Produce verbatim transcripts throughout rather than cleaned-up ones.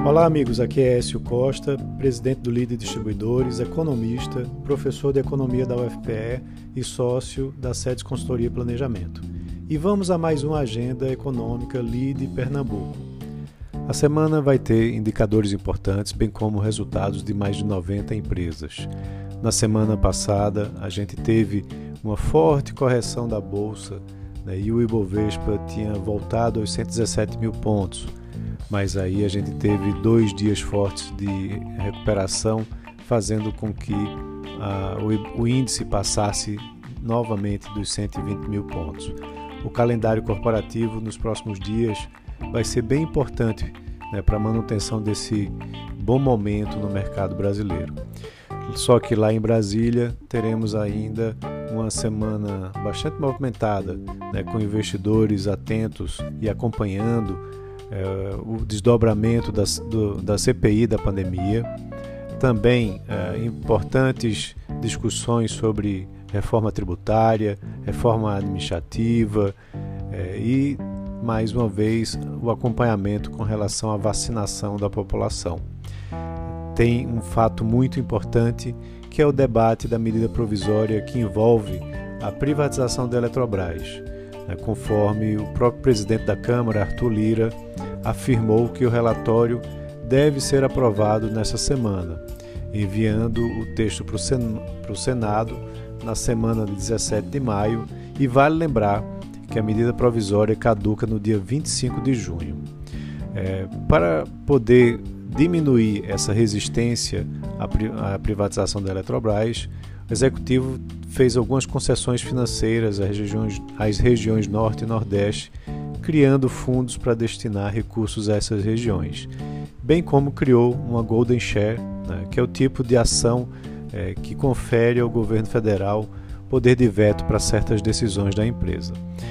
Olá amigos, aqui é Écio Costa, presidente do Líder Distribuidores, economista, professor de economia da U F P E e sócio da SEDES Consultoria e Planejamento. E vamos a mais uma agenda econômica Líder Pernambuco. A semana vai ter indicadores importantes, bem como resultados de mais de noventa empresas. Na semana passada, a gente teve uma forte correção da Bolsa, né, e o Ibovespa tinha voltado aos cento e dezessete mil pontos. Mas aí a gente teve dois dias fortes de recuperação, fazendo com que ah, o, o índice passasse novamente dos cento e vinte mil pontos. O calendário corporativo nos próximos dias vai ser bem importante, né, para a manutenção desse bom momento no mercado brasileiro. Só que lá em Brasília teremos ainda uma semana bastante movimentada, né, com investidores atentos e acompanhando É, o desdobramento das, do, da C P I da pandemia, também é, importantes discussões sobre reforma tributária, reforma administrativa é, e, mais uma vez, o acompanhamento com relação à vacinação da população. Tem um fato muito importante, que é o debate da medida provisória que envolve a privatização da Eletrobras, né, conforme o próprio presidente da Câmara, Arthur Lira, afirmou que o relatório deve ser aprovado nessa semana, enviando o texto para o Sen- para o Senado na semana de dezessete de maio, e vale lembrar que a medida provisória caduca no dia vinte e cinco de junho. É, para poder diminuir essa resistência à, pri- à privatização da Eletrobras, o Executivo fez algumas concessões financeiras às regiões, às regiões Norte e Nordeste, criando fundos para destinar recursos a essas regiões, bem como criou uma Golden Share, né, que é o tipo de ação é, que confere ao governo federal poder de veto para certas decisões da empresa.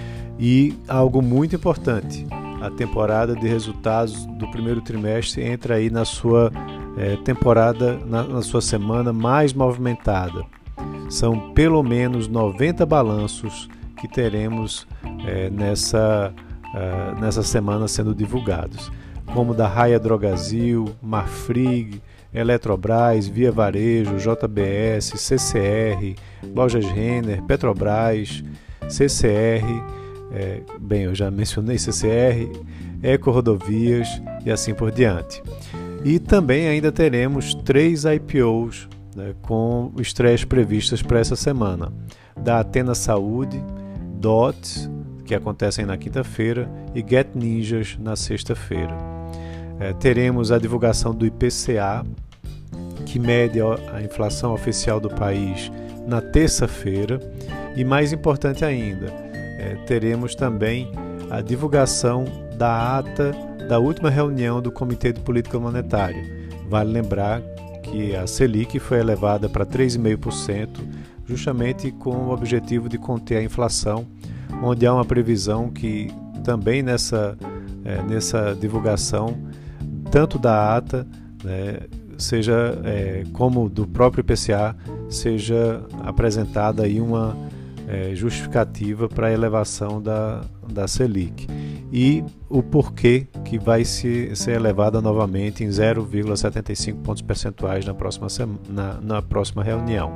E algo muito importante, a temporada de resultados do primeiro trimestre entra aí na sua é, temporada, na, na sua semana mais movimentada. São pelo menos noventa balanços que teremos é, nessa Uh, nessa semana sendo divulgados, como da Raia Drogasil, Marfrig, Eletrobras, Via Varejo, J B S, C C R, Lojas Renner, Petrobras, C C R, é, bem, eu já mencionei C C R, Eco Rodovias e assim por diante. E também ainda teremos três I P Os, né, com estreias previstas para essa semana, da Athena Saúde, D O T, que acontecem na quinta-feira, e Get Ninjas na sexta-feira. É, teremos a divulgação do I P C A, que mede a inflação oficial do país, na terça-feira, e mais importante ainda, é, teremos também a divulgação da ata da última reunião do Comitê de Política Monetária. Vale lembrar que a Selic foi elevada para três vírgula cinco por cento, justamente com o objetivo de conter a inflação, onde há uma previsão que também nessa, é, nessa divulgação, tanto da ata, né, seja, é, como do próprio I P C A, seja apresentada aí uma é, justificativa para a elevação da, da Selic. E o porquê que vai se, ser elevada novamente em zero vírgula setenta e cinco pontos percentuais na próxima, na, na próxima reunião.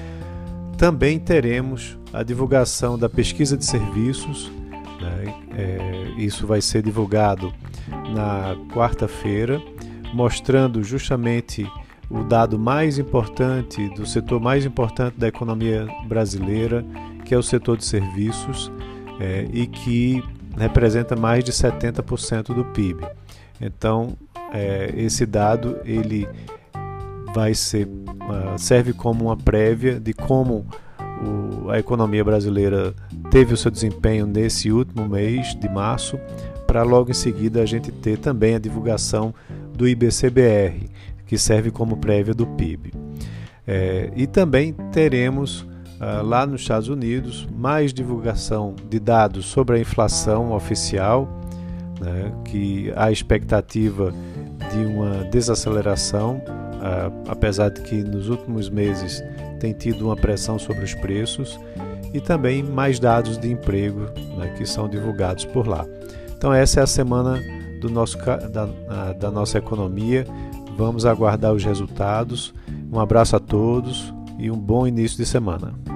Também teremos a divulgação da pesquisa de serviços, né? É, isso vai ser divulgado na quarta-feira, mostrando justamente o dado mais importante, do setor mais importante da economia brasileira, que é o setor de serviços, é, e que representa mais de setenta por cento do P I B. Então, é, esse dado ele vai ser, uh, serve como uma prévia de como o, a economia brasileira teve o seu desempenho nesse último mês de março, para logo em seguida a gente ter também a divulgação do I B C B R, que serve como prévia do P I B. É, e também teremos uh, lá nos Estados Unidos mais divulgação de dados sobre a inflação oficial, né, que há expectativa de uma desaceleração, Uh, apesar de que nos últimos meses tem tido uma pressão sobre os preços, e também mais dados de emprego, né, que são divulgados por lá. Então essa é a semana do nosso, da, da nossa economia. Vamos aguardar os resultados. Um abraço a todos e um bom início de semana.